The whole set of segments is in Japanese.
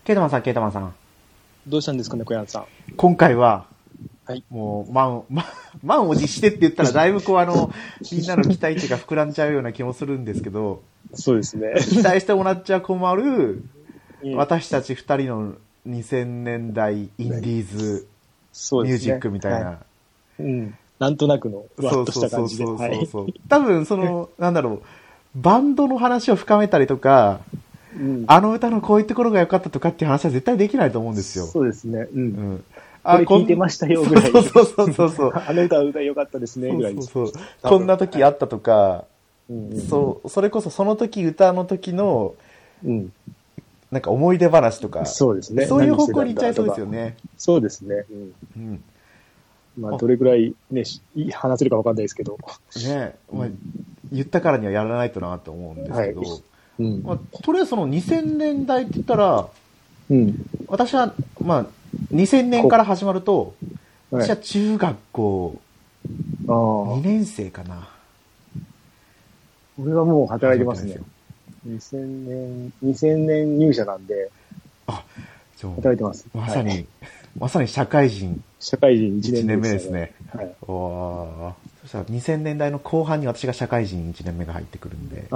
ケイタマンさん、ケイタマンさん。 どうしたんですかね、小山さん。 今回は、 はい。 もう、満を持してって言ったら、だいぶこうみんなの期待値が膨らんじゃうような気もするんですけど、 そうですね。 期待してもらっちゃ困る、 うん、 私たち二人の2000年代インディーズミュージックみたいな。 はい、うん。なんとなくの、ふわっとした感じで。 多分、なんだろう、バンドの話を深めたりとか、うん、あの歌のこういうところが良かったとかっていう話は絶対できないと思うんですよ。 そうですね。うん。これ聞いてましたよぐらい。 そう。 あの歌良かったですねぐらい。 そう。こんな時あったとか、それこそその時歌の時の、なんか思い出話とか、 そうですね。 そういう方向に行っちゃいそうですよね。 そうですね。まあ、どれぐらいね、話せるかわかんないですけど。 ね、まあ、言ったからにはやらないとなと思うんですけど、まあ、とりあえずその2000年代って言ったら、私は、まあ、2000年から始まると、私は中学校2年生かな。 俺はもう働いてますね。2000年入社なんで、働いてます。 まさに社会人。 社会人1 年目ですね。はい。そしたら2000年代の後半に私が社会人1年目が入ってくるんで。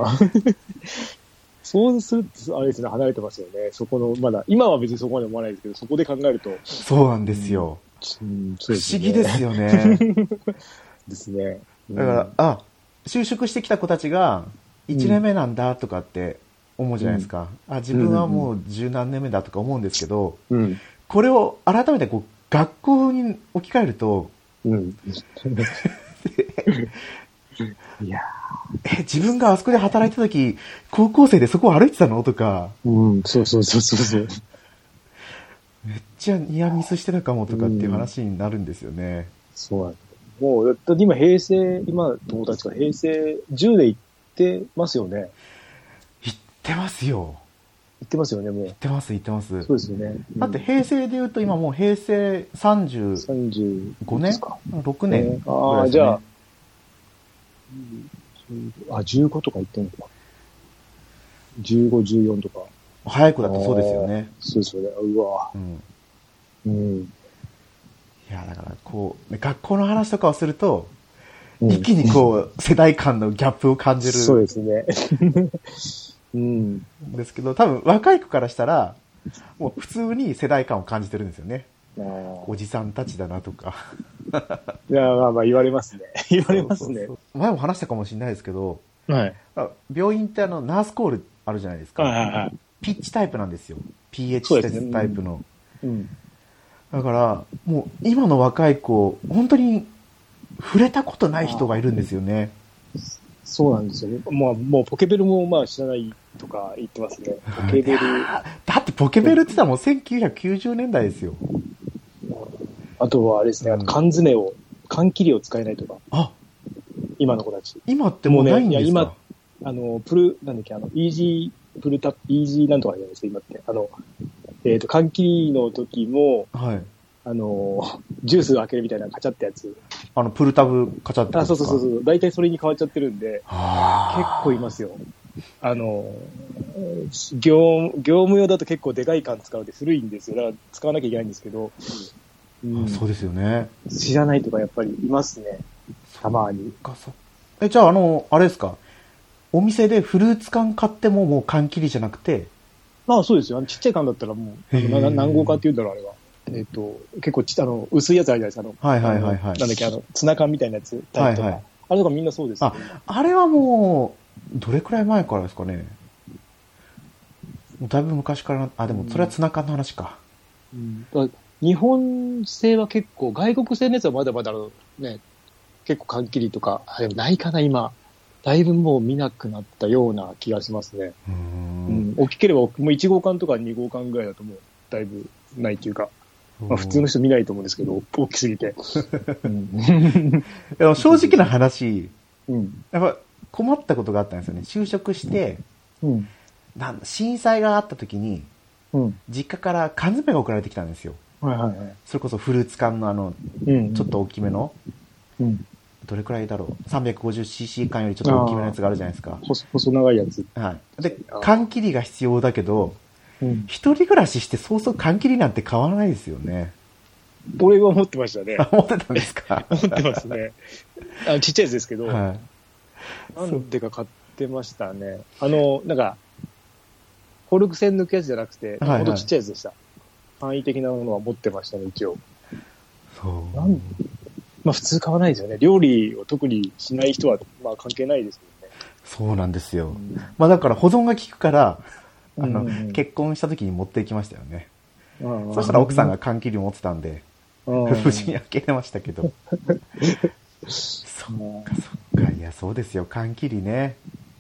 そうすると、あれですね、離れてますよね。そこの、まだ、今は別にそこまで思わないですけど、そこで考えると。 そうなんですよ。不思議ですよね。 ですね。 だから、就職してきた子たちが、1年目なんだとかって思うじゃないですか。自分はもう十何年目だとか思うんですけど、これを改めてこう学校に置き換えると、いや自分があそこで働いた時、高校生でそこを歩いてたのとか、 そう。 めっちゃニアミスしてたかもとかっていう話になるんですよね。 そうなんです。もう、今友達が平成10で行ってますよね。 行ってますよ。 行ってますよね、もう。 行ってます。 そうですよね。 だって平成で言うと今もう平成35年 ?6 年ぐらいですね。 じゃあ、15とか言ってんのか。15、14とか。 早い子だとそうですよね。 そうですよね。うわ。 いや、だからこう、学校の話とかをすると、一気にこう、世代間のギャップを感じる。 そうですね。 ですけど、多分若い子からしたら、もう普通に世代間を感じてるんですよね。おじさんたちだなとか。 いや、まあ言われますね。言われますね。 前も話したかもしれないですけど、病院ってナースコールあるじゃないですか。ピッチタイプなんですよ。PH タイプの。だから、もう今の若い子、本当に触れたことない人がいるんですよね。 そうなんですよね。もうポケベルもまあ知らないとか言ってますね。ポケベル。 だってポケベルって言ったらもう1990年代ですよ。 あとはあれですね、缶詰を、缶切りを使えないとか。今の子たち。 今ってもうないんですか？ 今、なんだっけ、イージーなんとかじゃないですか、今って。缶切りの時も、ジュースを開けるみたいなカチャってやつ。 プルタブカチャってやつ。 そう。大体それに変わっちゃってるんで、結構いますよ。業務用だと結構でかい缶使うって古いんですよ。だから使わなきゃいけないんですけど。 そうですよね。 知らないとかやっぱりいますね。たまに。 じゃああれですか。お店でフルーツ缶買ってももう缶切りじゃなくて。 そうですよ。ちっちゃい缶だったらもう、何号缶って言うんだろう、あれは。結構薄いやつあるじゃないですか。なんだっけ、ツナ缶みたいなやつ。あれとかみんなそうです、ね。 あれはもう、どれくらい前からですかね。だいぶ昔から、でもそれはツナ缶の話か。 日本製は結構、外国製のやつはまだまだね、結構缶切りとか、でもないかな、今。だいぶもう見なくなったような気がしますね。大きければ、もう1号缶とか2号缶ぐらいだともう、だいぶないっていうか、普通の人見ないと思うんですけど、大きすぎて。 正直な話、やっぱ困ったことがあったんですよね。就職して、震災があった時に、実家から缶詰が送られてきたんですよ。それこそフルーツ缶のちょっと大きめの、どれくらいだろう、350cc 缶よりちょっと大きめのやつがあるじゃないですか。 細長いやつ。 で、缶切りが必要だけど、 一人暮らししてそうそう缶切りなんて買わないですよね。 俺は持ってましたね。 持ってたんですか？ 持ってますね。ちっちゃいやつですけど、はい、なんでか買ってましたね。なんか、コルク栓抜くやつじゃなくて、ほんとちっちゃいやつでした。簡易的なものは持ってましたね、一応。 そう。 まあ普通買わないですよね。料理を特にしない人は、まあ関係ないですけどね。 そうなんですよ。まあだから保存が効くから、結婚した時に持っていきましたよね。そしたら奥さんが缶切り持ってたんで、無事に開けれましたけど。そっか。いや、そうですよ。缶切りね。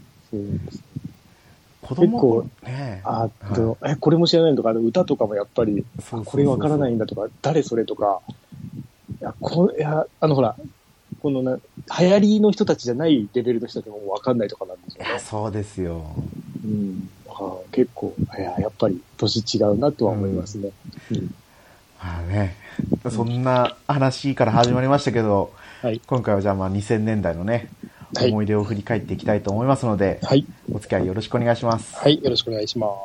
子供ね。 これも知らないのとか、歌とかもやっぱり、これわからないんだとか、誰それとか、ほら、この流行りの人たちじゃないレベルの人たちもわかんないとかなんですよね。 いや、そうですよ。 結構、やっぱり年違うなとは思いますね。 まあね、そんな話から始まりましたけど、今回はじゃあまあ2000年代のね、思い出を振り返っていきたいと思いますので、お付き合いよろしくお願いします。 はい、よろしくお願いします。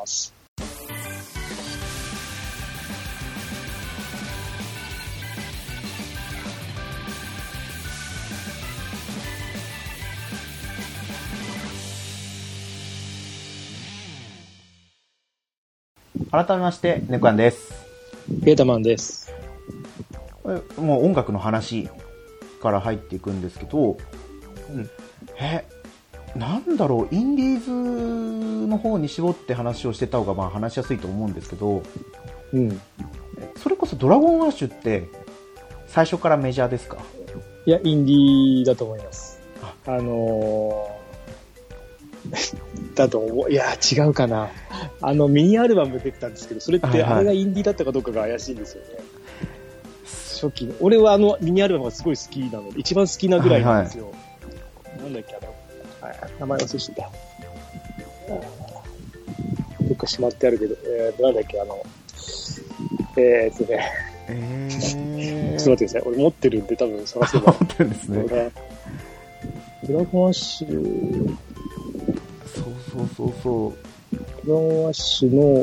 改めまして、ネコヤンです。 ベータマンです。 もう音楽の話から入っていくんですけど、なんだろう、インディーズの方に絞って話をしてた方がまあ話しやすいと思うんですけど、それこそドラゴンアッシュって最初からメジャーですか？ いや、インディーだと思います。だと思う。いや、違うかな。ミニアルバム出てたんですけど、それってあれがインディーだったかどうかが怪しいんですよね。初期の。俺はミニアルバムがすごい好きなので、一番好きなぐらいなんですよ。なんだっけ、名前忘れしてた。どっかしまってあるけど、なんだっけ、ちょっと待ってください。俺持ってるんで多分探せば。 持ってるんですね。 ドラゴンアッシュ、 そう。 ドラゴンアッシュの、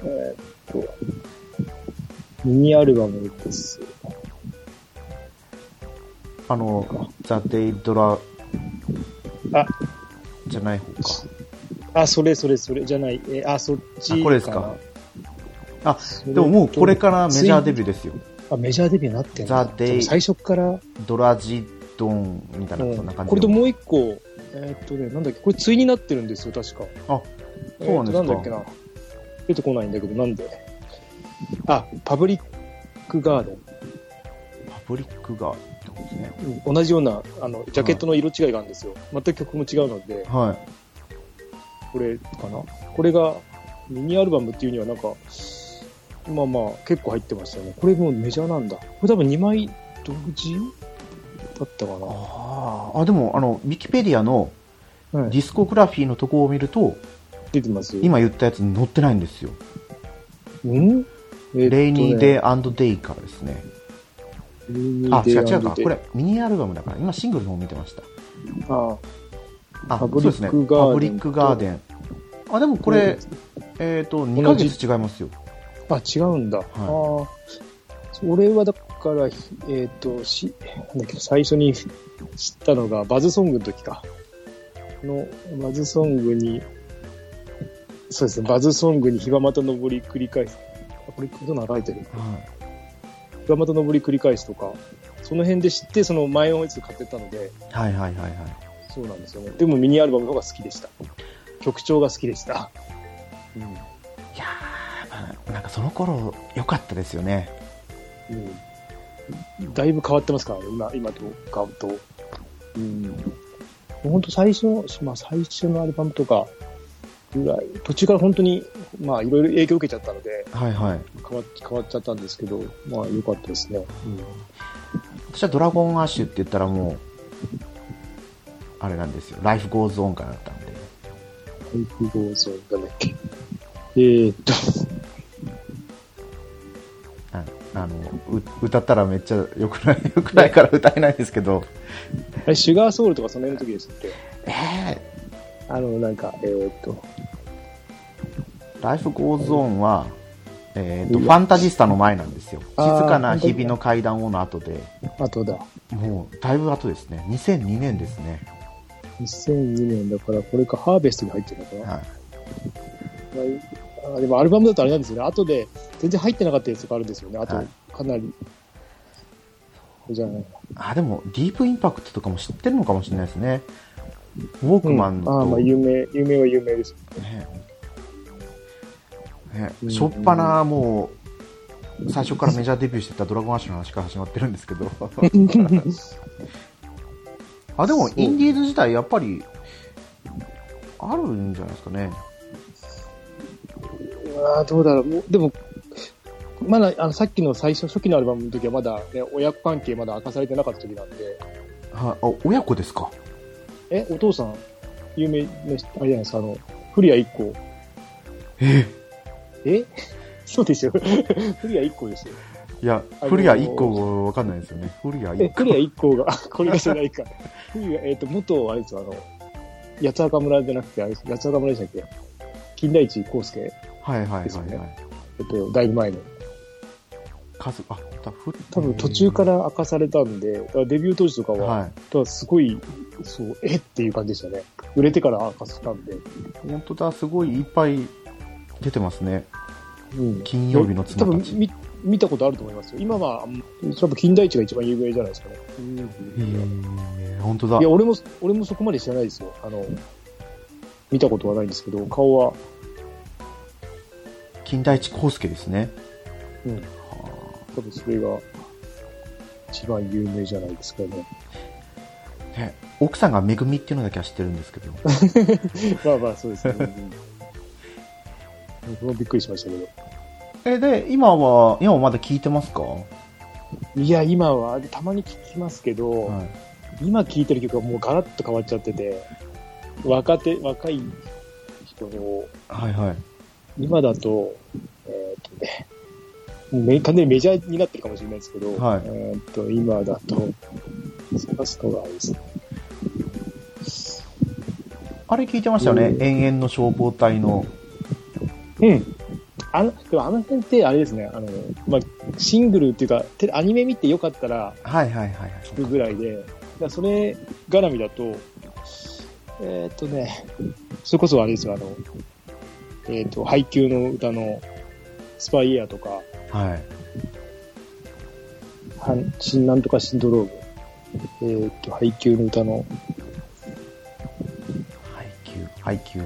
ミニアルバムです。 ザ・デイドラ、じゃない方か。それじゃない。そっちか。 これですか。でももうこれからメジャーデビューですよ。 メジャーデビューになってんだ。 ザ・デイ、 最初から。 ドラジドンみたいな、そんな感じ。 これともう一個、なんだっけ、これ対になってるんですよ、確か。 そうなんですか。 なんだっけな。出てこないんだけど、なんで。パブリックガーデン。 パブリックガーデンってことですね。 同じような、ジャケットの色違いがあるんですよ。全く曲も違うので。これかな。これが、ミニアルバムっていうにはなんか、まあまあ、結構入ってましたよね。これもうメジャーなんだ。これ多分2枚独自だったかな。 でも、ウィキペディアのディスコグラフィーのとこを見ると、出てますよ。今言ったやつに載ってないんですよ。レイニーデイ&デイからですね。違うか。これ、ミニアルバムだから、今シングルの方見てました。 パブリックガーデン。 パブリックガーデン。でもこれ、2ヶ月違いますよ。 違うんだ。俺はだから、なんだっけ、最初に知ったのが、バズソングの時か。バズソングに、そうですね、バズソングに日はまた登り繰り返す。これ、どんなの書いてる？日はまた登り繰り返すとか、その辺で知って、その前のやつ買ってたので。そうなんですよね。でもミニアルバムの方が好きでした。曲調が好きでした。 いやー、なんかその頃良かったですよね。 だいぶ変わってますからね、今と買うと。本当最初のアルバムとかぐらい、途中から本当に、いろいろ影響を受けちゃったので、変わっちゃったんですけど、良かったですね。 私はドラゴンアッシュって言ったらもう、あれなんですよ、ライフゴーズオンからだったんで。 ライフゴーズオンだっけ。 歌ったらめっちゃ良くないから歌えないですけど。 シュガーソウルとかその辺の時ですって。なんか、 ライフゴーズオンは、ファンタジスタの前なんですよ。静かな日々の階段をの後で。 後だ。もう、だいぶ後ですね。2002年ですね。 2002年だから、これか、ハーベストに入ってるのかな。はい。でもアルバムだとあれなんですよね。後で、全然入ってなかったやつがあるんですよね。あと、かなり。じゃあ、でも、ディープインパクトとかも知ってるのかもしれないですね。ウォークマンと、 まあ、有名は有名ですね。しょっぱな、もう、最初からメジャーデビューしてたドラゴンアッシュの話から始まってるんですけど。あ、でも、インディーズ自体、やっぱり、あるんじゃないですかね。 どうだろう。でも、まだ、さっきの初期のアルバムの時はまだ、ね、親子関係まだ明かされてなかった時なんで。 親子ですか？ お父さん、有名な、あれじゃないですか、古谷一行。そうですよ。古谷一行ですよ。 いや、古谷一行わかんないですよね。古谷一行が、これがじゃないか。元、あれですよ、八坂村じゃなくて、あれ八坂村でしたっけ？金田一耕助。 はいはいはいはい。 だいぶ前の。多分途中から明かされたんで、だからデビュー当時とかは、すごい、そう、っていう感じでしたね。売れてから明かしたんで。 本当だ、すごいいっぱい出てますね。金曜日の妻たち。 多分見たことあると思いますよ。今は、多分金田一が一番有名じゃないですかね。 本当だ。 いや、俺もそこまで知らないですよ。見たことはないんですけど、顔は。 金田一耕助ですね。 多分それが一番有名じゃないですかね。 奥さんがめぐみっていうのだけは知ってるんですけど。 まあそうですね。僕もびっくりしましたけど。 で、今はまだ聞いてますか？ いや、今はたまに聞きますけど、今聞いてる曲はもうガラッと変わっちゃってて、若い人の、今だと、完全にメジャーになってるかもしれないですけど、今だと、探すのがあれですね。 あれ聞いてましたよね、永遠の消防隊の。 でもあの辺ってあれですね、シングルっていうか、アニメ見てよかったら、聞くぐらいで、それ絡みだと、それこそあれですよ、配給の歌のスパイエアとか、なんとかシンドローム、配給の歌の、 配給。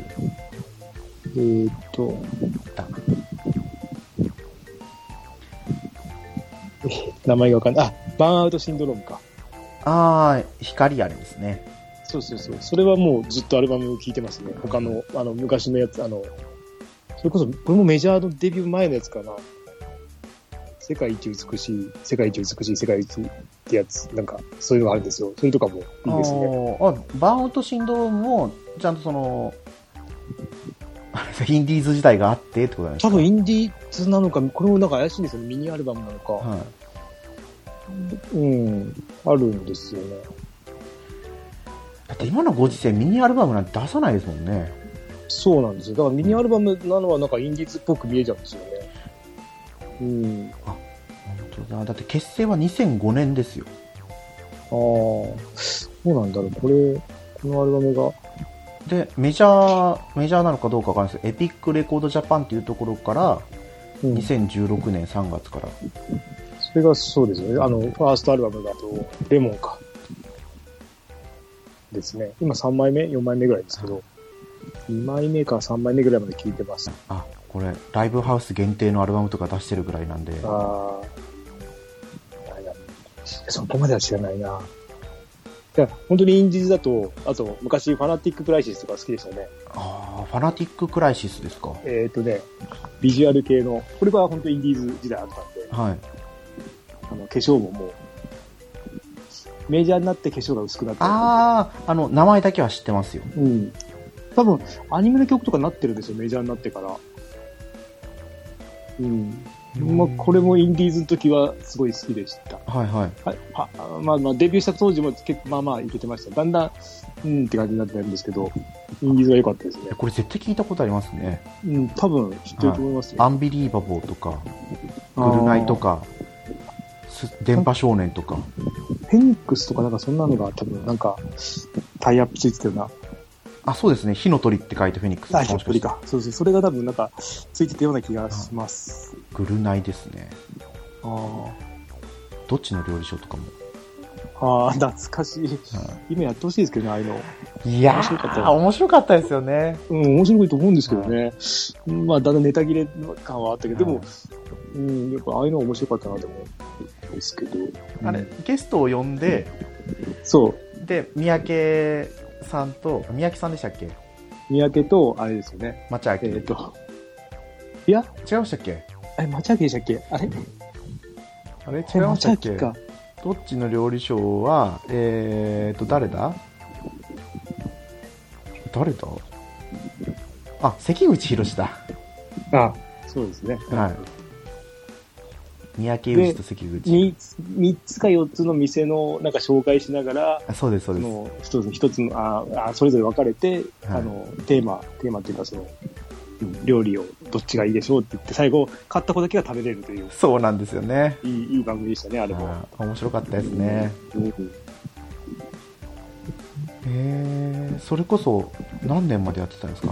名前がわかんない。バーンアウトシンドロームか。 光あれですね。 そう。それはもうずっとアルバムを聴いてますね。他の、昔のやつ、それこそ、これもメジャーのデビュー前のやつかな。世界一美しい世界一ってやつ、なんか、そういうのがあるんですよ。それとかもいいですね。 バーンアウトシンドロームも、ちゃんとインディーズ時代があってってことなんですか？ 多分インディーズなのか、これもなんか怪しいんですよね。ミニアルバムなのか。あるんですよね。 だって今のご時世ミニアルバムなんて出さないですもんね。 そうなんですよ。だからミニアルバムなのはなんかインディーズっぽく見えちゃうんですよね。 本当だ。だって結成は2005年ですよ。 そうなんだろう。このアルバムが。 で、メジャーなのかどうかわかんないですけど、エピックレコードジャパンっていうところから、2016年3月から。 それがそうですよね。ファーストアルバムだと、レモンか。ですね。今3枚目 ?4 枚目ぐらいですけど、2枚目か3枚目ぐらいまで聴いてます。 これ、ライブハウス限定のアルバムとか出してるぐらいなんで。 そこまでは知らないな。本当にインディーズだと、あと、昔、ファナティッククライシスとか好きでしたね。 ファナティッククライシスですか？ ビジュアル系の、これは本当にインディーズ時代あったんで、化粧ももう、メジャーになって化粧が薄くなって名前だけは知ってますよ。 多分、アニメの曲とかなってるんですよ、メジャーになってから。これもインディーズの時はすごい好きでした。デビューした当時も結構まあいけてました。だんだん、って感じになってるんですけど、 インディーズが良かったですね。 これ絶対聞いたことありますね。 うん、多分知ってると思いますよ。 アンビリーバボーとか、グルナイとか、電波少年とか。 フェニックスとかなんかそんなのが多分なんか、タイアップついてたような。 あ、そうですね。火の鳥って書いてフェニックス。 あ、火の鳥か。そうそう。それが多分なんか、ついてたような気がします。 グルナイですね。 ああ。 どっちの料理ショーとかも。 ああ、懐かしい。今やってほしいですけどね、ああいうの。 いやー、面白かったですよね。 うん、面白いと思うんですけどね。まあ、だんだんネタ切れ感はあったけど、でも、うん、やっぱああいうの面白かったなと思うんですけど。 あれ、ゲストを呼んで、 そう。 で、三宅さんと、三宅さんでしたっけ？ 三宅と、あれですよね。 町明。 いや違いましたっけ？ 町明でしたっけ？あれ違いましたっけ？どっちの料理ショーは、誰だあ、関口博だ。 あ、そうですね。 はい。三宅裕司と関口。 3つか4つの店のなんか紹介しながら、 そうです、そうです。 一つの、それぞれ分かれて、はい、テーマっていうか料理をどっちがいいでしょうって言って、最後、買った子だけが食べれるという。 そうなんですよね。 いい番組でしたね、あれも。 面白かったですね。それこそ、何年までやってたんですか？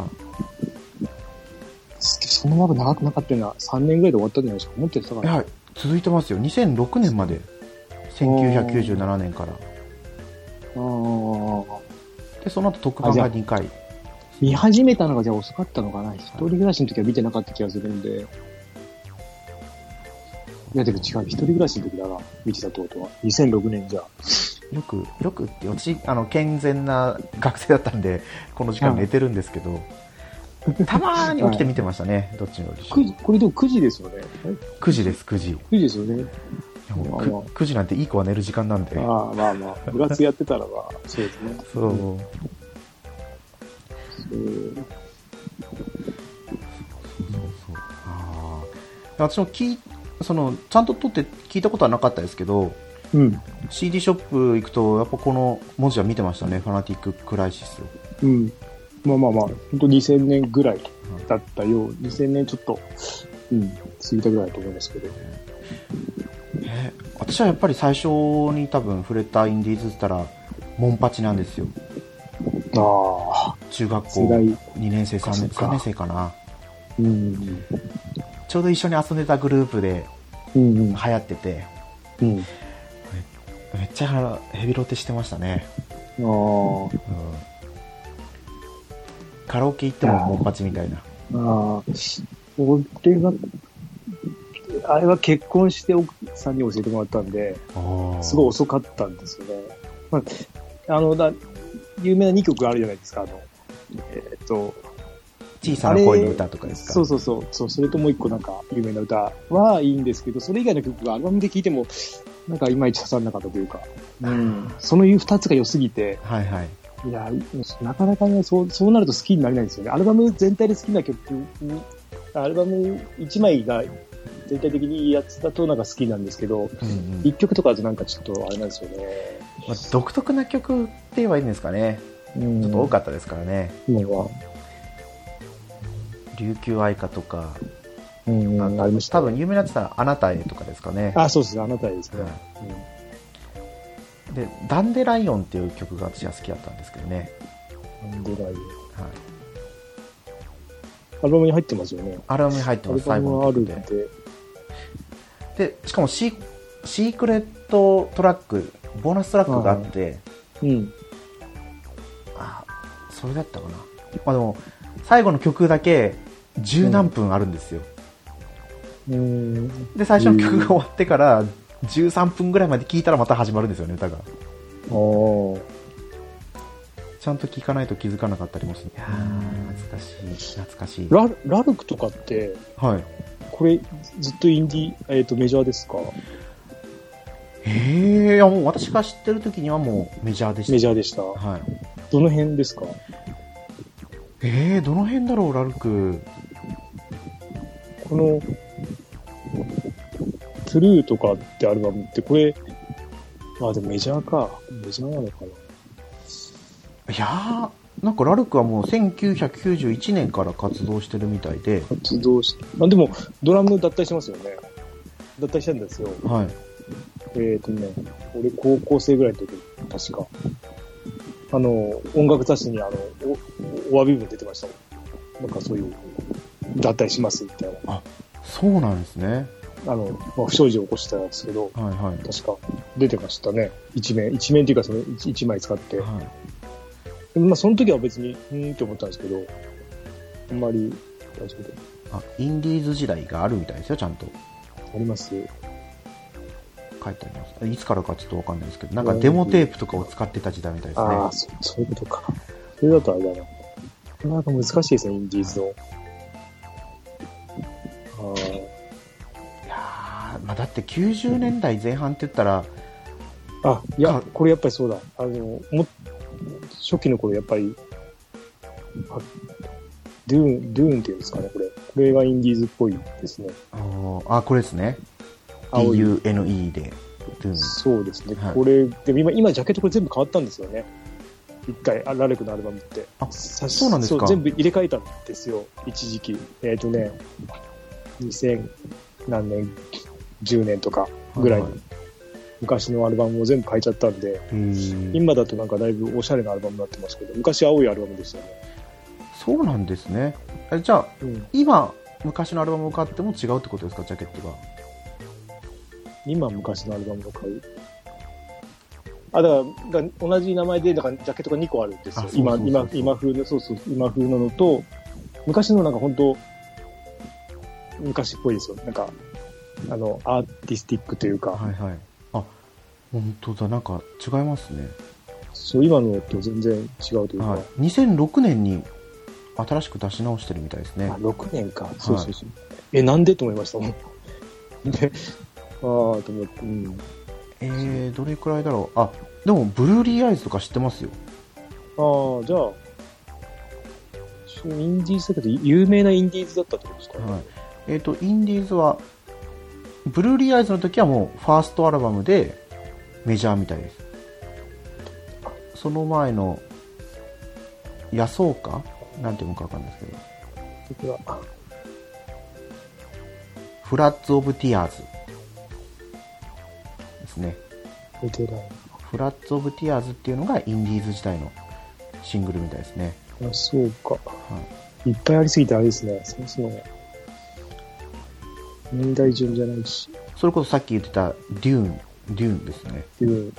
そんな長くなかったような、3年ぐらいで終わったんじゃないですか。思ってたから。 いや、続いてますよ。2006年まで。1997年から。で、その後特番が2回。 見始めたのがじゃあ遅かったのかな。一人暮らしの時は見てなかった気がするんで。いや、でも違う。一人暮らしの時だな。見てたってことは。2006年じゃ。 よくって、私、健全な学生だったんで、この時間寝てるんですけど、たまーに起きて見てましたね、どっちの料理ショー。 これでも9時ですよね。 9時です、9時。 9時ですよね。 9時なんていい子は寝る時間なんで。 まあ。部活やってたらば、そうですね。 そう。私もちゃんと撮って聞いたことはなかったですけど、CD ショップ行くとやっぱこの文字は見てましたね。ファナティッククライシス。 まあ本当2000年ぐらいだったよう、2000年ちょっと過ぎたぐらいだと思いますけど。 私はやっぱり最初に多分触れたインディーズって言ったらモンパチなんですよ。中学校2年生3年生かな。ちょうど一緒に遊んでたグループで流行ってて、めっちゃヘビロテしてましたね。カラオケ行ってもモンパチみたいな。 俺があれは結婚して奥さんに教えてもらったんで、すごい遅かったんですよね。有名な2曲あるじゃないですか。 小さな恋の歌とかですか？ そう。それともう一個なんか有名な歌はいいんですけど、それ以外の曲がアルバムで聴いても、なんかいまいち刺さらなかったというか、その2つが良すぎて、いや、なかなかね、そうなると好きになれないんですよね。アルバム全体で好きな曲に、アルバム1枚が全体的にいいやつだとなんか好きなんですけど、1曲とかだとなんかちょっとあれなんですよね。 独特な曲って言えばいいんですかね。ちょっと多かったですからね。琉球愛歌とか、多分有名なやつはあなたへとかですかね。 そうですね、あなたへですね。 で、ダンデライオンっていう曲が私は好きだったんですけどね。 ダンデライオン。アルバムに入ってますよね。 アルバムに入ってます、最後の曲で。で、しかもシークレットトラック、ボーナストラックがあって、それだったかな。でも、最後の曲だけ十何分あるんですよ。で、最初の曲が終わってから13分ぐらいまで聴いたらまた始まるんですよね、歌が。ちゃんと聴かないと気づかなかったりもする。いや懐かしい。 ラルクとかって、これずっとインディメジャーですか？ いやもう私が知ってる時にはもうメジャーでした。 メジャーでした。どの辺ですか？ どの辺だろう、ラルク。 このトゥルーとかってアルバムってこれ、でもメジャーか。メジャーなのかな。 いやなんかラルクはもう1991年から活動してるみたいで。 活動し、でも、ドラム脱退しますよね。脱退したんですよ。 はい。 俺高校生ぐらいの時、確か。音楽雑誌にお詫び文出てましたもん。なんかそういう、脱退しますみたいな。 あ、そうなんですね。 不祥事を起こしたんですけど、 はいはい。 確か出てましたね。一面っていうかその一枚使って。はい、その時は別に、って思ったんですけど、あんまり、大丈夫。インディーズ時代があるみたいですよ、ちゃんと。 あります。 書いてあります。いつからかちょっとわかんないですけど、なんかデモテープとかを使ってた時代みたいですね。 ああ、そういうことか。それだとあれだな。なかなか難しいですね、インディーズの。 いやー、だって90年代前半って言ったら、 いや、これやっぱりそうだ。初期の頃やっぱり、ドゥーンっていうんですかね、これがインディーズっぽいですね。 これですね。DUNE で。 そうですね。はい、これ、でも今ジャケットこれ全部変わったんですよね。一回、ラルクのアルバムって。 そうなんですか。 全部入れ替えたんですよ、一時期。2000何年、10年とかぐらいに。昔のアルバムを全部変えちゃったんで、今だとなんかだいぶおしゃれなアルバムになってますけど、昔青いアルバムでしたよね。 そうなんですね。じゃあ、今、昔のアルバムを買っても違うってことですか、ジャケットが。 今、昔のアルバムを買う。だから同じ名前で、だからジャケットが2個あるんですよ。今風の、今風のと、昔のなんか本当昔っぽいですよ。なんか、アーティスティックというか。 はいはい。本当だ、なんか違いますね。 そう、今のと全然違うというか。はい、 2006年に新しく出し直してるみたいですね。 6年か。そうそうそう。なんでと思いましたもん。で、と思って、 どれくらいだろう。でも、ブルーリーアイズとか知ってますよ。 じゃあ、インディーズだけど、有名なインディーズだったってことですかね。 はい。インディーズは、ブルーリーアイズの時はもう、ファーストアルバムで、メジャーみたいです。その前の、野草かなんていうのかわかんないですけど。フラッツ・オブ・ティアーズですね。フラッツ・オブ・ティアーズっていうのがインディーズ時代のシングルみたいですね。 そうか。はい、いっぱいありすぎてあれですね。その年代順じゃないし。 それこそさっき言ってたデューンですね。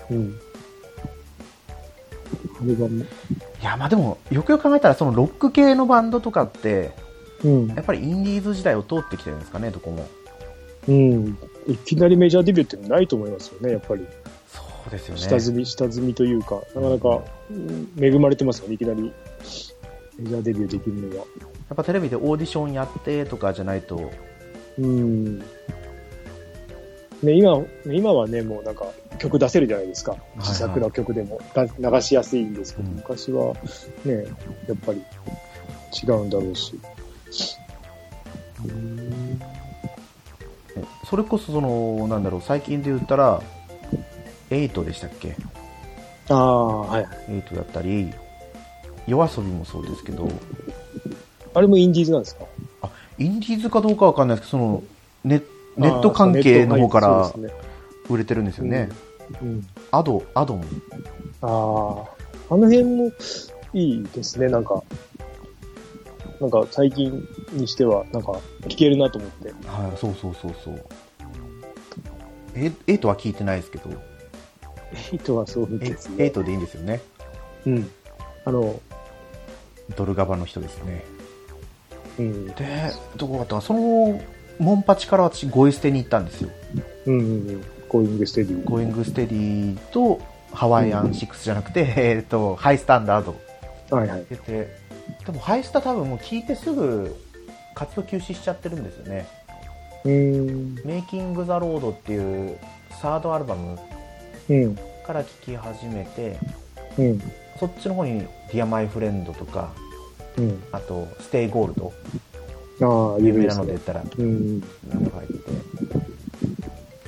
アルバム。 いや、でも、よくよく考えたら、そのロック系のバンドとかって、やっぱりインディーズ時代を通ってきてるんですかね、どこも。 いきなりメジャーデビューってないと思いますよね、やっぱり。 そうですよね。 下積みというか、なかなか恵まれてますよね、いきなりメジャーデビューできるのは。やっぱテレビでオーディションやってとかじゃないと。 ね、今はね、もうなんか曲出せるじゃないですか。自作の曲でも流しやすいんですけど、昔はね、やっぱり違うんだろうし。 それこそなんだろう、最近で言ったら、8でしたっけ？ はい。 8だったり、YOASOBIもそうですけど。 あれもインディーズなんですか？ インディーズかどうかわかんないですけど、ネット関係の方から売れてるんですよね。アドも。 あの辺もいいですね、なんか最近にしては、なんか聞けるなと思って。 はい、そう。8は聞いてないですけど。 8はそうですね。 8でいいんですよね。ドルガバの人ですね。で、どこだったか、そのモンパチから私ゴイステに行ったんですよ。 ゴーイングステディ。 ゴーイングステディとハワイアン6じゃなくて、ハイスタンダード。でもハイスタ多分もう聞いてすぐ活動休止しちゃってるんですよね。メイキング・ザ・ロードっていうサードアルバムから聴き始めて、そっちの方にディア・マイ・フレンドとか、あとステイ・ゴールド、有名なので言ったら、なんか入って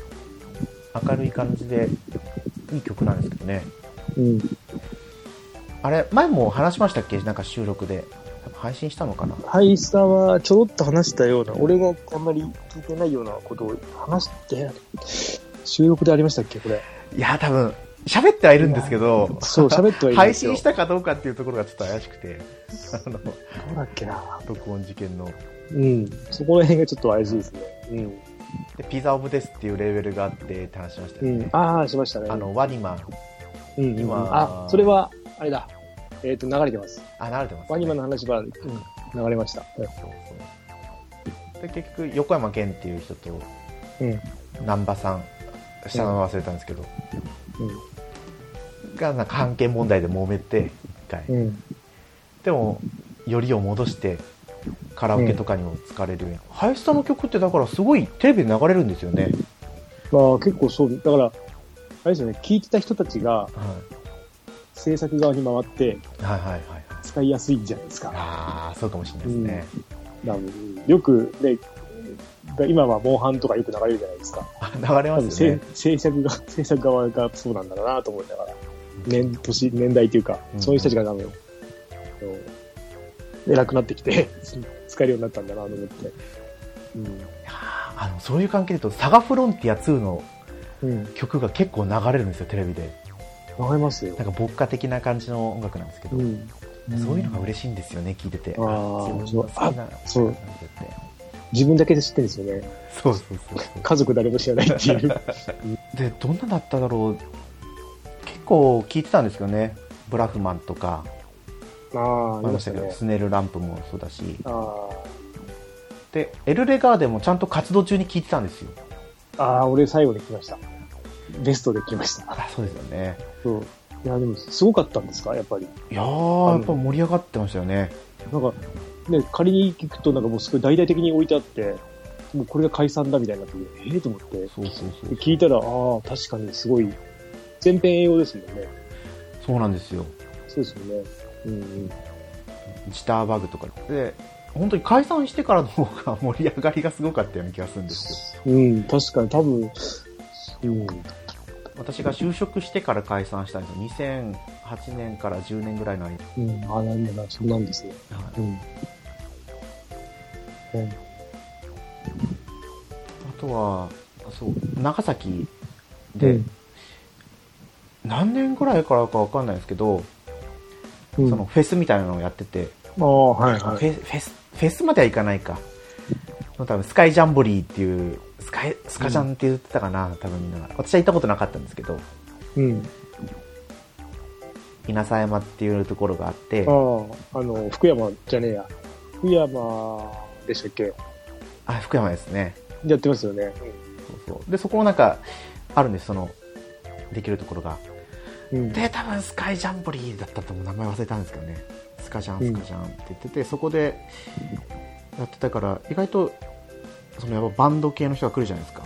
明るい感じでいい曲なんですけどね。 あれ前も話しましたっけ、なんか収録で配信したのかな。 ハイスタはちょろっと話したような、俺があんまり聞いてないようなことを話して、収録でありましたっけ、これ。 いや、多分、喋ってはいるんですけど、 そう、喋ってはいるんですよ。 配信したかどうかっていうところがちょっと怪しくて、 どうだっけな。 録音事件の。 うん、そこら辺がちょっと怪しいですね。うん。 で、ピザオブデスっていうレーベルがあってって話しましたよね。 うん、ああ、しましたね。 ワニマン。 うん、今。あ、それは、あれだ。流れてます。 あ、流れてます、ね。 ワニマンの話は、うん、流れました。そうそう。で、結局、横山健っていう人と、南波さん、下の名前忘れたんですけど、が、なんか関係問題で揉めて、一回。でも、よりを戻して、カラオケとかにも使われるように。ハイスタの曲ってだからすごいテレビで流れるんですよね。 まあ結構そう、だから、あれですよね、聴いてた人たちが、制作側に回って、使いやすいんじゃないですか。 ああ、そうかもしれないですね。 よくね、今はモンハンとかよく流れるじゃないですか。 流れますよね。 制作側がそうなんだろうなと思いながら、年代というか、そういう人たちが多分、偉くなってきて、使えるようになったんだなと思って。 そういう関係で言うと、サガフロンティア2の曲が結構流れるんですよ、テレビで。 流れますよ。 なんか牧歌的な感じの音楽なんですけど、そういうのが嬉しいんですよね、聞いてて。 そう。自分だけで知ってるんですよね。 そう。 家族誰も知らないっていう。 で、どんなだっただろう。結構聞いてたんですけどね。ブラフマンとか。ありましたけど、スネルランプもそうだし。で、エルレガーデンもちゃんと活動中に聞いてたんですよ。 俺最後に来ました。ベストで来ました。 そうですよね。 そう。いや、でも、すごかったんですかやっぱり。 いやー、やっぱ盛り上がってましたよね。 なんか、ね、仮に聞くと、なんかもうすごい大々的に置いてあって、もうこれが解散だみたいになってと思って。そう。聞いたら、確かにすごい、全編栄養ですもんね。そうなんですよ。そうですよね。 ジターバグとかで、本当に解散してからの方が盛り上がりがすごかったような気がするんですよ。 確かに多分、 私が就職してから解散したんですよ。2008年から10年ぐらいの間。 なんだな、そうなんですね。 あとは、長崎で、何年ぐらいからかわかんないですけど、そのフェスみたいなのをやってて、フェスまではいかないか。多分スカイジャンボリーっていう、スカジャンって言ってたかな、多分みんなが。私は行ったことなかったんですけど、稲佐山っていうところがあって、 福山じゃねえや。福山でしたっけ？ 福山ですね。 やってますよね。 で、そこもなんか、あるんです、できるところが。で、多分スカイジャンボリーだったと思う、名前忘れたんですけどね。スカジャンって言ってて、そこでやってたから、意外と、やっぱバンド系の人が来るじゃないですか。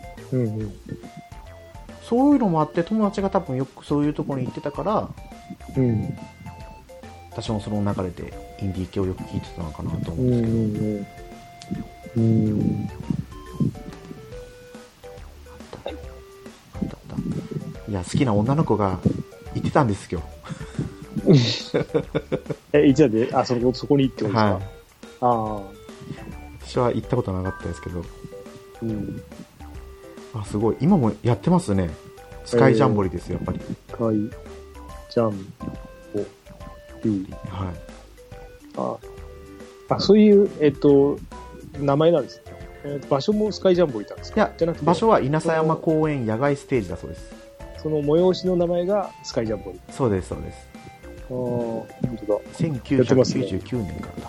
そういうのもあって、友達が多分よくそういうところに行ってたから、私もその流れでインディー系をよく聞いてたのかなと思うんですけど。いや、好きな女の子がいてたんですよ。 じゃあで、そこに行ってことですか？ 私は行ったことなかったですけど。すごい。今もやってますね。スカイジャンボリーですよ、やっぱり。 スカイジャンボリー。そういう、名前なんですね。場所もスカイジャンボリーなんですか？ いや、じゃなくて場所は稲佐山公園野外ステージだそうです。 その催しの名前がスカイジャンボリー。 そうです、そうです。 本当だ。 1999年から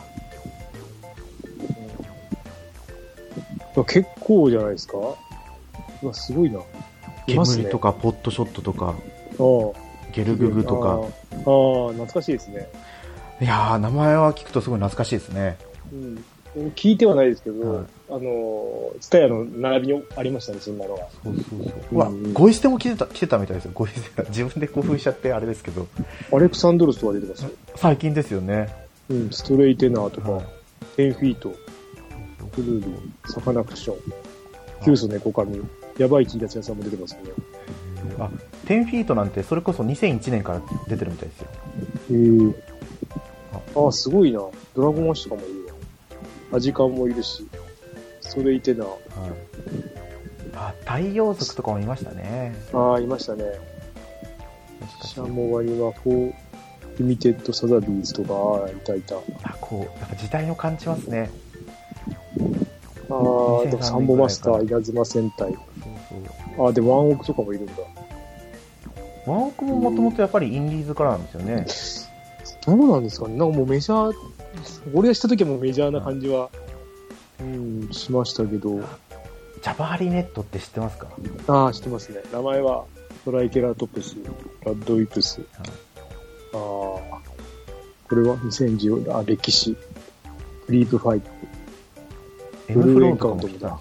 だ。結構じゃないですか？すごいな。 煙とか、ポットショットとか、ゲルググとか。 懐かしいですね。 いやー、名前は聞くとすごい懐かしいですね。 聞いてはないですけど、ツタヤの並びにありましたね、そんなのが。 ゴイステも来てたみたいですよ、ゴイステ。自分で興奮しちゃってあれですけど。 アレクサンドロスとか出てますよ。 最近ですよね。 ストレイテナーとか、10フィート、クルービー、サカナクション、キュースネコカミ、ヤバいTシャツ屋さんも出てますよね。 10フィートなんてそれこそ2001年から出てるみたいですよ。 すごいな。ドラゴンアッシュとかもいるわ。アジカンもいるし。それいてな。はい、 太陽族とかもいましたね。 いましたね。シャモガニはリミテッドサザビーズとか、いた。やっぱ時代を感じますね。 でもサンボマスター、稲妻戦隊。で、ワンオクとかもいるんだ。 ワンオクももともとやっぱりインディーズからなんですよね。 どうなんですかね。なんかもうメジャー、俺がした時はもうメジャーな感じは、しましたけど。 ジャバーリネットって知ってますか？ 知ってますね。名前はトライケラトプス、ラッドウィプス。これは2014年、歴史。クリープファイト。 ブルーエンカウントみたいな。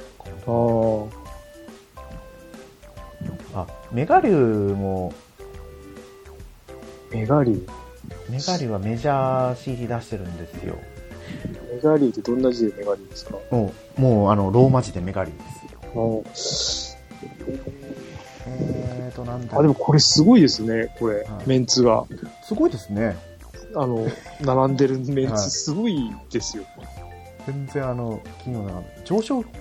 メガリュウも。 メガリュウはメジャー CD 出してるんですよ。 メガリュウってどんな字でメガリュウですか？ もうローマ字でメガリュウです。なんだ。 でもこれすごいですね、これ、メンツが。 すごいですね。 並んでるメンツすごいですよ。 全然金曜の上昇。こ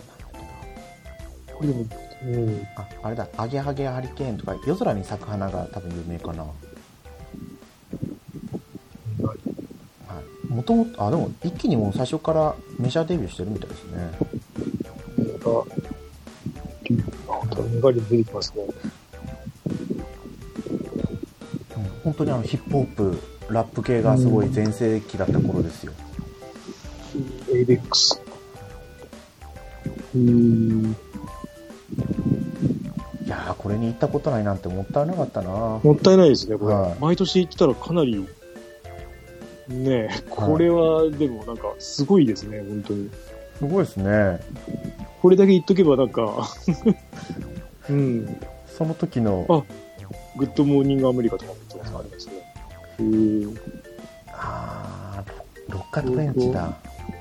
れでも、 あれだ、アゲハゲハリケーンとか、夜空に咲く花が多分有名かな。もともと、でも一気にもう最初からメジャーデビューしてるみたいですね。 メガリ出てきますね。 本当にヒップホップ、ラップ系がすごい全盛期だった頃ですよ。 エイベックス。 いやー、これに行ったことないなんてもったいなかったな。 もったいないですね、これ。毎年行ってたらかなり、ねえ、これはでもなんかすごいですね、本当に。 すごいですね。 これだけ言っとけばなんかその時の。 グッドモーニングアメリカとかも言ってます、ありますね。 ロッカトレンチだ。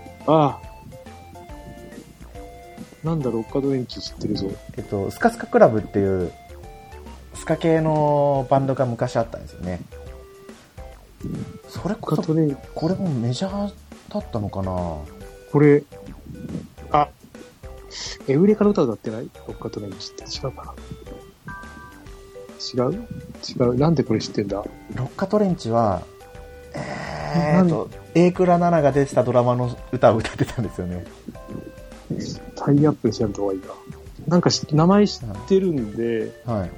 なんだ、ロッカトレンチ知ってるぞ。 スカスカクラブっていう、スカ系のバンドが昔あったんですよね。それこそ、これもメジャーだったのかな。 これ、エウレカの歌歌ってない？ロッカトレンチって違うかな。違う。なんでこれ知ってんだ？ ロッカトレンチは、榮倉奈々が出てたドラマの歌を歌ってたんですよね。 タイアップしやるとがいいな。なんか名前知ってるんで、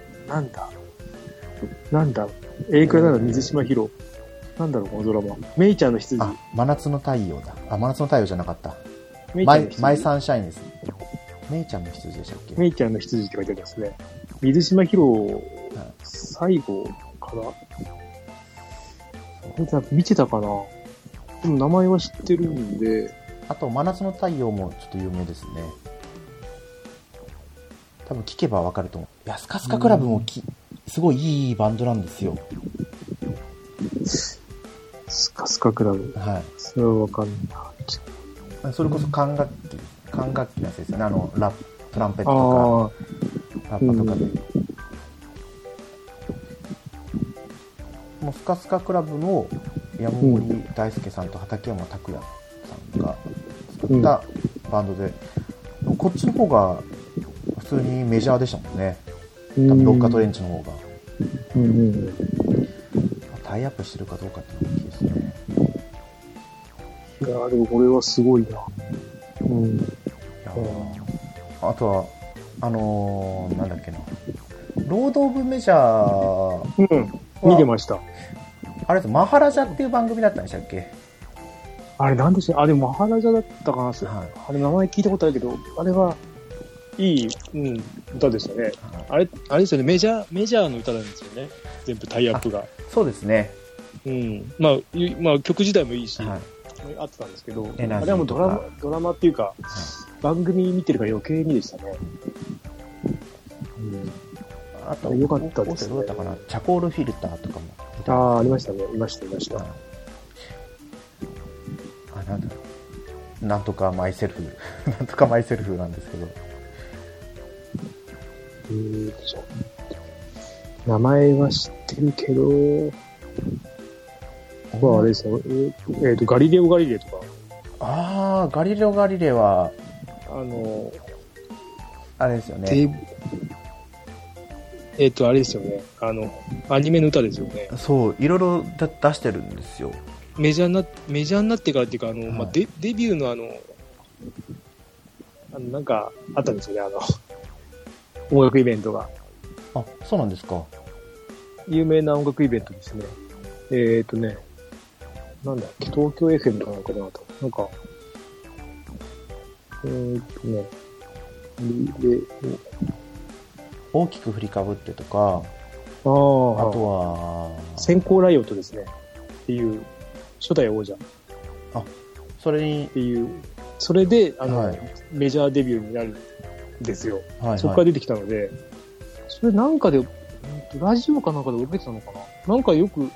なんだ、榮倉奈々水島ヒロ。なんだろう、このドラマ。メイちゃんの羊。 真夏の太陽だ。真夏の太陽じゃなかった。マイサンシャインです。メイちゃんの羊でしたっけ？ メイちゃんの羊って書いてありますね。水島ヒロ、最後かな？見てたかな？でも名前は知ってるんで。 あと、真夏の太陽もちょっと有名ですね。多分聞けばわかると思う。いや、スカスカクラブもすごいいいバンドなんですよ。 スカスカクラブ。それはわかんないな。それこそ管楽器のやつですよね。トランペットとか、ラッパとかで。もうスカスカクラブの山森大輔さんと畠山拓也さんが作ったバンドで、こっちの方が普通にメジャーでしたもんね。多分ロッカトレンチの方が。タイアップしてるかどうかってのが大きいですね。 いやでもこれはすごいな。 あとはなんだっけな、ロード・オブ・メジャー、 見てました。 あれです、マハラジャっていう番組だったんでしたっけ？ あれなんでしょう。でもマハラジャだったかな。あれ名前聞いたことあるけど、あれはいい、歌でしたね。あれですよね。メジャーの歌なんですよね。全部タイアップが。 そうですね。 まあ曲自体もいいし、あってたんですけど、あれはもうドラマっていうか、番組見てるから余計にでしたね。 あと良かったですね。どうだったかな。チャコールフィルターとかも。ありましたね。いました。 なんとかマイセルフなんですけど。 名前は知ってるけど、 まあ、あれですよ。ガリレオ・ガリレイとか。 ああ、ガリレオ・ガリレイは、あれですよね。 あれですよね。アニメの歌ですよね。 そう、いろいろ出してるんですよ。 メジャーになってからっていうか、まあ、デビューのなんか、あったんですよね、音楽イベントが。 あ、そうなんですか。 有名な音楽イベントですね。なんだっけ、東京 FM かなんかであった。なんか、 大きく振りかぶってとか、あとは、 先行ライオットですね。っていう、初代王者。 あ、それに。 っていう、それで、 はい、 メジャーデビューになるんですよ。 はいはい、 そこから出てきたので、それなんかで、ラジオかなんかで受けてたのかな、なんかよく、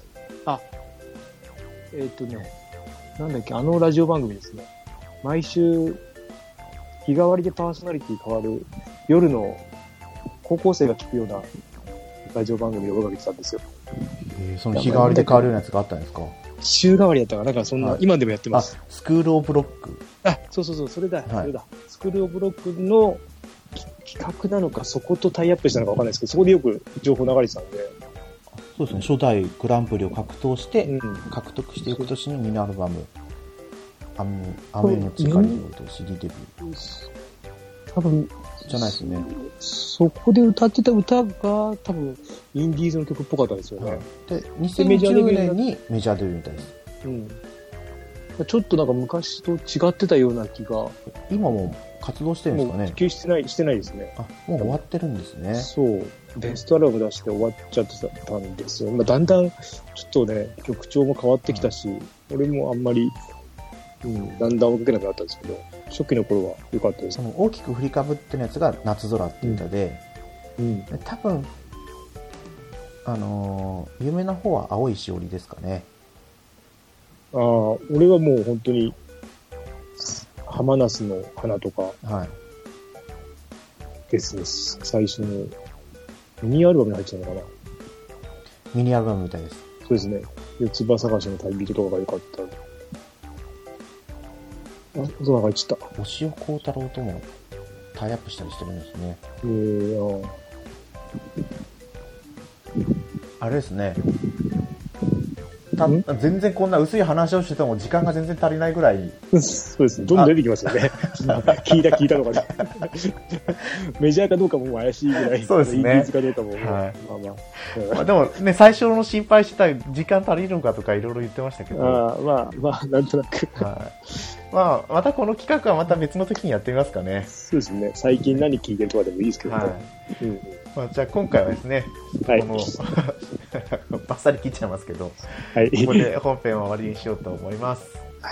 なんだっけ、ラジオ番組ですね。毎週、日替わりでパーソナリティ変わる、夜の高校生が聞くようなラジオ番組で僕が見てたんですよ。 その日替わりで変わるようなやつがあったんですか？ 週替わりだったかなんかそんな、 はい、 今でもやってます。 スクールオブロック。 そう、それだ、 はい、 それだ。スクールオブロックの企画なのか、そことタイアップしたのかわかんないですけど、そこでよく情報流れてたんで。 そうですね、初代グランプリを獲得して、獲得して翌年にミニアルバム、雨のちかりと CD デビュー。 多分、 じゃないですね。 そこで歌ってた歌が多分、インディーズの曲っぽかったですよね。はい、 で、2010年にメジャーデビューみたいです。 ちょっとなんか昔と違ってたような気が。 今も活動してるんですかね？ もう普及してないですね。 もう終わってるんですね。 そう。ベストアルバム出して終わっちゃってたんですよ。まあ、だんだん、ちょっとね、曲調も変わってきたし、俺もあんまり、だんだん追いかけなくなったんですけど、初期の頃は良かったです。 大きく振りかぶってのやつが夏空っていう歌で、で多分、有名な方は青いしおりですかね。 俺はもう本当に、浜ナスの花とか、ですね、最初の、ミニアルバムに入っちゃうのかな。 ミニアルバムみたいです。 そうですね。四つ葉探しの旅人とかが良かった。音が入っちゃった。 押尾幸太郎ともタイアップしたりしてるんですね。あれですね。全然こんな薄い話をしてても時間が全然足りないぐらい。 そうですね。どんどん出てきますよね。聞いたのかね。メジャーかどうかも怪しいぐらい。 そうですね。 インディーズかどうかも。 まあでもね、最初の心配してた時間足りるのかとかいろいろ言ってましたけど。 まあ、なんとなく。 まあ、またこの企画はまた別の時にやってみますかね。 そうですね。最近何聞いてるとかでもいいですけどね。 じゃあ今回はですね、バッサリ切っちゃいますけど、ここで本編は終わりにしようと思います。 はい。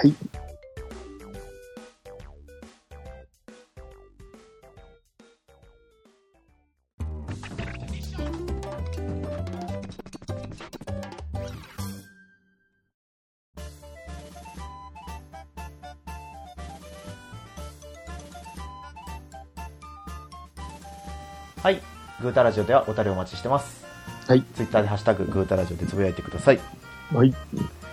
はい。グータラジオではお便りお待ちしてます。 はい。 ツイッターでハッシュタググータラジオでつぶやいてください。 はい。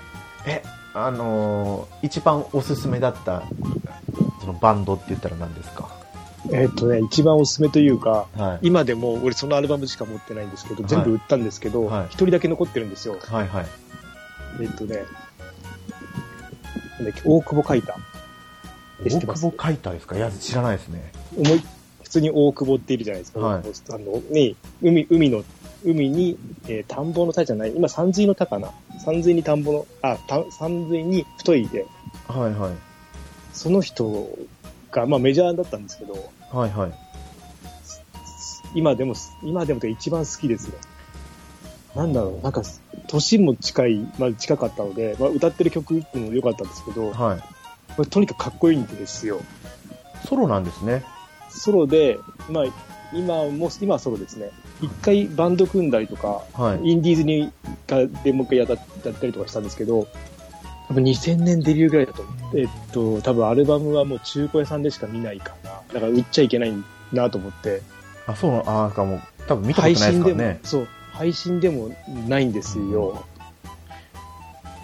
一番おすすめだったそのバンドって言ったら何ですか？ 一番おすすめというか、今でも俺そのアルバムしか持ってないんですけど、全部売ったんですけど、一人だけ残ってるんですよ。 はいはい。 大久保海太。 大久保海太ですか？いや、知らないですね。 普通に大久保っているじゃないですか。海に、田んぼの田じゃない、今山水の田かな。山水に田んぼの、山水に太いで。 はいはい。 その人が、まあメジャーだったんですけど。 はいはい。 今でも一番好きですよ。なんだろう、なんか、年も近かったので、歌ってる曲も良かったんですけど、これとにかくかっこいいんですよ。 ソロなんですね。 ソロで、今はソロですね。一回バンド組んだりとか、インディーズでもう一回やったりとかしたんですけど、多分2000年デビューぐらいだと思う。多分アルバムはもう中古屋さんでしか見ないかな。だから売っちゃいけないなと思って。 なんかもう、多分見たことないですからね。 配信でもないんですよ。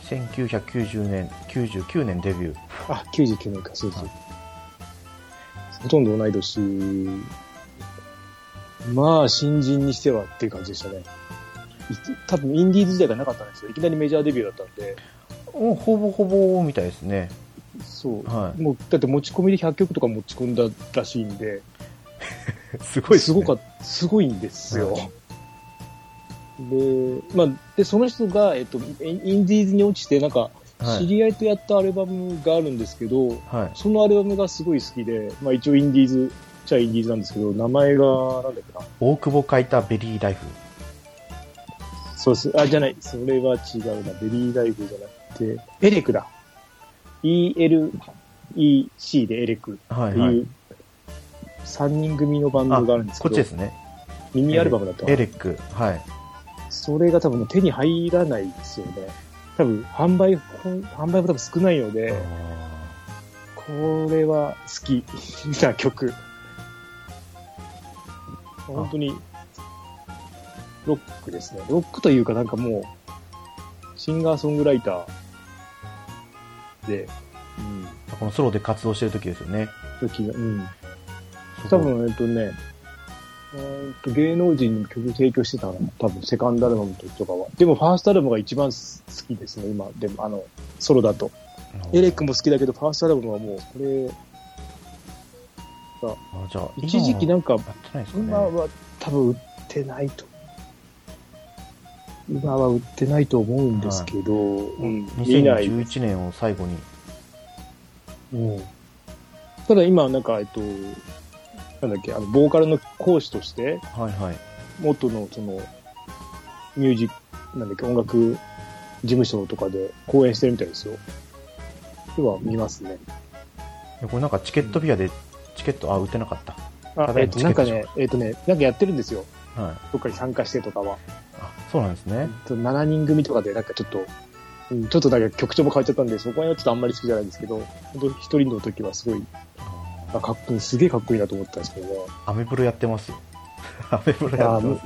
1990年、99年デビュー。 あ、99年か、そうそう。ほとんど同い年。まあ、新人にしてはっていう感じでしたね。多分、インディーズ時代がなかったんですよ。いきなりメジャーデビューだったんで。 ほぼほぼみたいですね。 そう。はい。もう、だって持ち込みで100曲とか持ち込んだらしいんで。 すごいですね。 すごいんですよ。はい、で、まあ、で、その人が、インディーズに落ちて、なんか、知り合いとやったアルバムがあるんですけど、はい、そのアルバムがすごい好きで、まあ一応インディーズ、じゃインディーズなんですけど、名前が、なんだっけな。 大久保書いたベリーライフ。 そうです。あ、じゃない。それは違うな。ベリーライフじゃなくて、エレクだ。ELEC でエレクっていう3人組のバンドがあるんですけど、 こっちですね。 ミニアルバムだったエレク。はい。 それが多分手に入らないですよね。多分販売も多分少ないので、これは好きな曲。本当にロックですね。ロックというかなんかもうシンガーソングライターで、 このソロで活動してる時ですよね。 多分芸能人に曲提供してたの多分セカンドアルバムとかは。でもファーストアルバムが一番好きですね、今。でもソロだと。エレックも好きだけど、ファーストアルバムはもう、これじゃあ一時期なんか、今は多分売ってないと。今は売ってないと思うんですけど、 2011年を最後に。 ただ今、なんか、なんだっけ、ボーカルの講師として、元のミュージック、なんだっけ、音楽事務所とかで講演してるみたいですよ。では見ますね。 これなんかチケットビアで、売ってなかった。 なんかね、なんかやってるんですよ。どっかに参加してとかは。 あ、そうなんですね。 7人組とかでなんかちょっとだけ曲調も変わっちゃったんで、そこはちょっとあんまり好きじゃないんですけど、本当一人の時はすごい、かっこいい、すげえかっこいいなと思ったんですけどね。 アメブロやってますよ。アメブロやってます。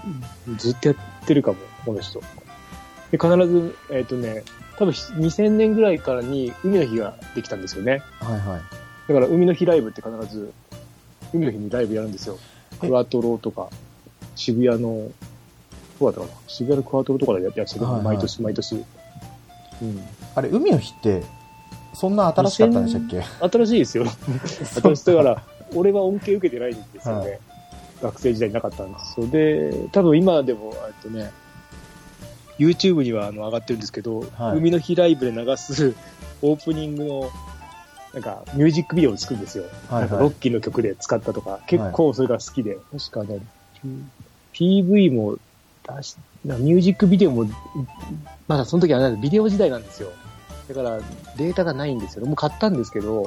ずっとやってるかも、この人。で、必ず、多分2000年ぐらいからに海の日ができたんですよね。だから海の日ライブって必ず、海の日にライブやるんですよ。クワトロとか、渋谷の、どうだったかな、渋谷のクワトロとかでやってる、毎年。 あれ、海の日って、そんな新しかったんでしたっけ？新しいですよ。新しい。だから、俺は恩恵受けてないんですよね。学生時代になかったんですよ。で、多分今でも、YouTube には上がってるんですけど、海の日ライブで流すオープニングの、なんか、ミュージックビデオを作るんですよ。なんかロッキーの曲で使ったとか、結構それが好きで、確かね、PV もミュージックビデオも、まだその時はビデオ時代なんですよ。だからデータがないんですよ。もう買ったんですけど、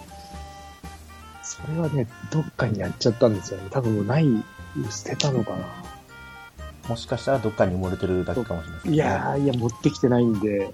それはね、どっかにやっちゃったんですよね。多分もう捨てたのかな。 もしかしたらどっかに埋もれてるだけかもしれないですね。 いや、持ってきてないんで、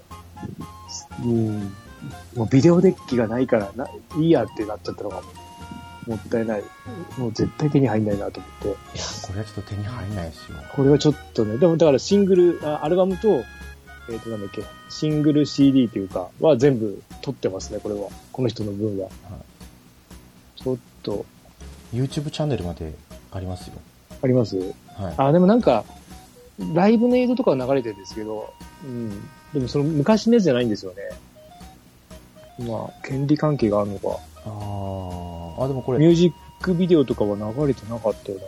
もうビデオデッキがないからいいやってなっちゃったのがもったいない。もう絶対手に入んないなと思って。いや、 これはちょっと手に入んないですよ。 これはちょっとね、でもだからシングル、アルバムと、なんだっけ、シングル CD というか、は全部撮ってますね、これは。この人の分は。ちょっと。 YouTube チャンネルまでありますよ。 あります？でもなんか、ライブの映像とかは流れてるんですけど、でもその昔のやつじゃないんですよね。まあ、権利関係があるのか。でもこれ。ミュージックビデオとかは流れてなかったよね。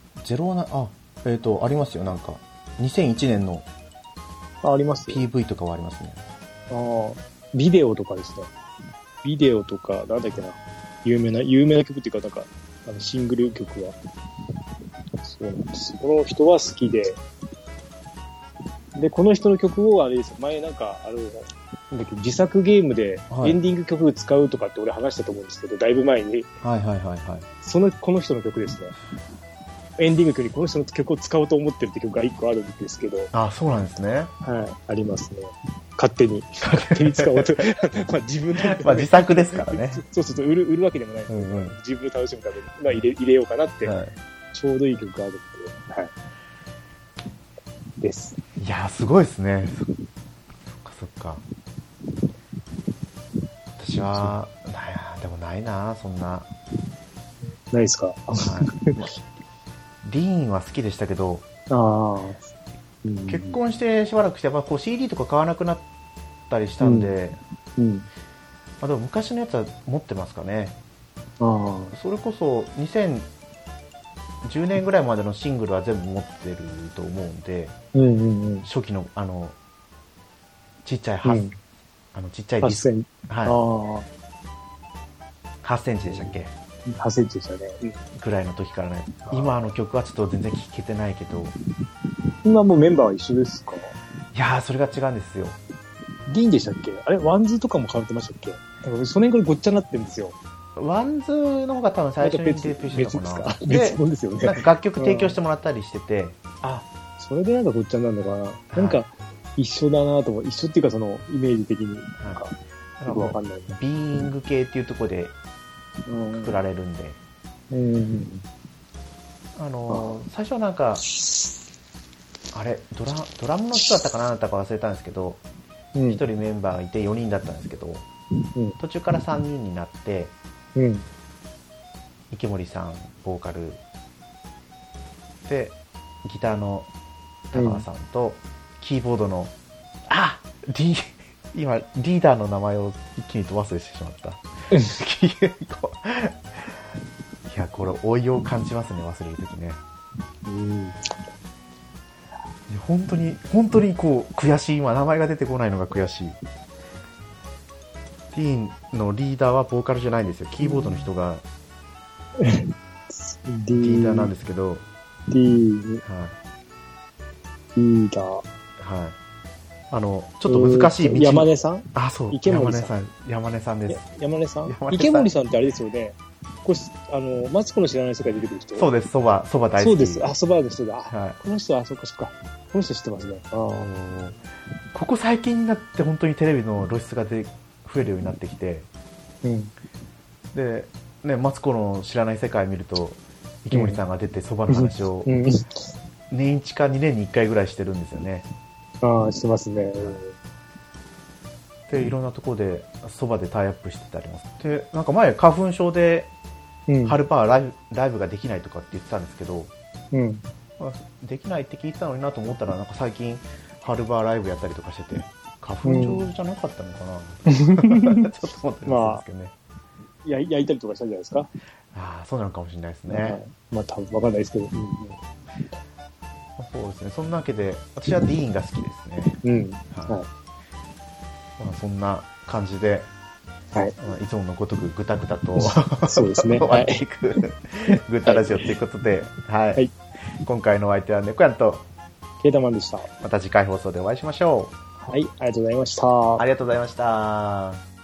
ありますよ、なんか。2001年の。 あります。 PV とかはありますね。 ビデオとかですね。ビデオとか、なんだっけな。有名な曲っていうか、なんか、シングル曲は。そうなんです。この人は好きで。で、この人の曲をあれですよ。前なんか、なんだっけ、自作ゲームでエンディング曲使うとかって俺話したと思うんですけど、だいぶ前に。この人の曲ですね。エンディング曲にこの人の曲を使おうと思ってるって曲が一個あるんですけど。 そうなんですね。 ありますね。勝手に使おうと。まあ自分の。 まあ自作ですからね。 そう、売るわけでもない。自分で楽しむために、入れようかなって、ちょうどいい曲があるんで、です。 いやー、すごいですね。そっか。 私は、でもないな、そんな。 ないですか。はい、 ディーンは好きでしたけど、結婚してしばらくして、やっぱこう CD とか買わなくなったりしたんで、でも昔のやつは持ってますかね。それこそ2010年ぐらいまでのシングルは全部持ってると思うんで、初期のちっちゃいちっちゃいディスク、8センチでしたっけ ？8センチでしたね。 ぐらいの時からね。今曲はちょっと全然聴けてないけど。 今もうメンバーは一緒ですか？ いやー、それが違うんですよ。 ディーンでしたっけ？あれワンズとかも変わってましたっけ？その辺からごっちゃになってるんですよ。 ワンズの方が多分最初にデビューしたのかな。 別物ですよね。 なんか楽曲提供してもらったりしてて。 それでなんかごっちゃになるのかな。なんか一緒だなと思う。一緒っていうかそのイメージ的になんかよくわかんない。 ビーイング系っていうところで作られるんで。最初はなんか、あれドラムの人だったかなだったか忘れたんですけど、1人メンバーがいて4人だったんですけど、途中から3人になって、池森さんボーカルでギターの高川さんと、キーボードの今リーダーの名前を一気に飛ばしてしまったいやこれ老いを感じますね、忘れるときね。本当にこう悔しい。今名前が出てこないのが悔しい。ティーンのリーダーはボーカルじゃないんですよ。キーボードの人がリーダーなんですけど、 リーダー、 はい、ちょっと難しい道。 山根さん？ そう。山根さんです。 山根さん？池森さんってあれですよね。これ、マツコの知らない世界出てくる人。 そうです。そば大好き。 そうです。そばの人だ。この人は、そっか。この人知ってますね。 ここ最近になって本当にテレビの露出が増えるようになってきて、で、ね、マツコの知らない世界見ると、池森さんが出てそばの話を、年1か2年に1回ぐらいしてるんですよね。 してますね。 で、いろんなところでそばでタイアップしてたります。で、なんか前花粉症で春パーライブができないとかって言ってたんですけど、できないって聞いてたのになと思ったら、なんか最近春バーライブやったりとかしてて、花粉症じゃなかったのかな、ちょっと思ってるんですけどね。 焼いたりとかしたんじゃないですか。 そうなのかもしれないですね。 多分わかんないですけど。 そうですね。そんなわけで、私はディーンが好きですね。そんな感じで、いつものごとくぐたぐたとそうですね。 終わっていくグッタラジオということで、今回のお相手は猫やんとケータマンでした。 また次回放送でお会いしましょう。 ありがとうございました。 ありがとうございました。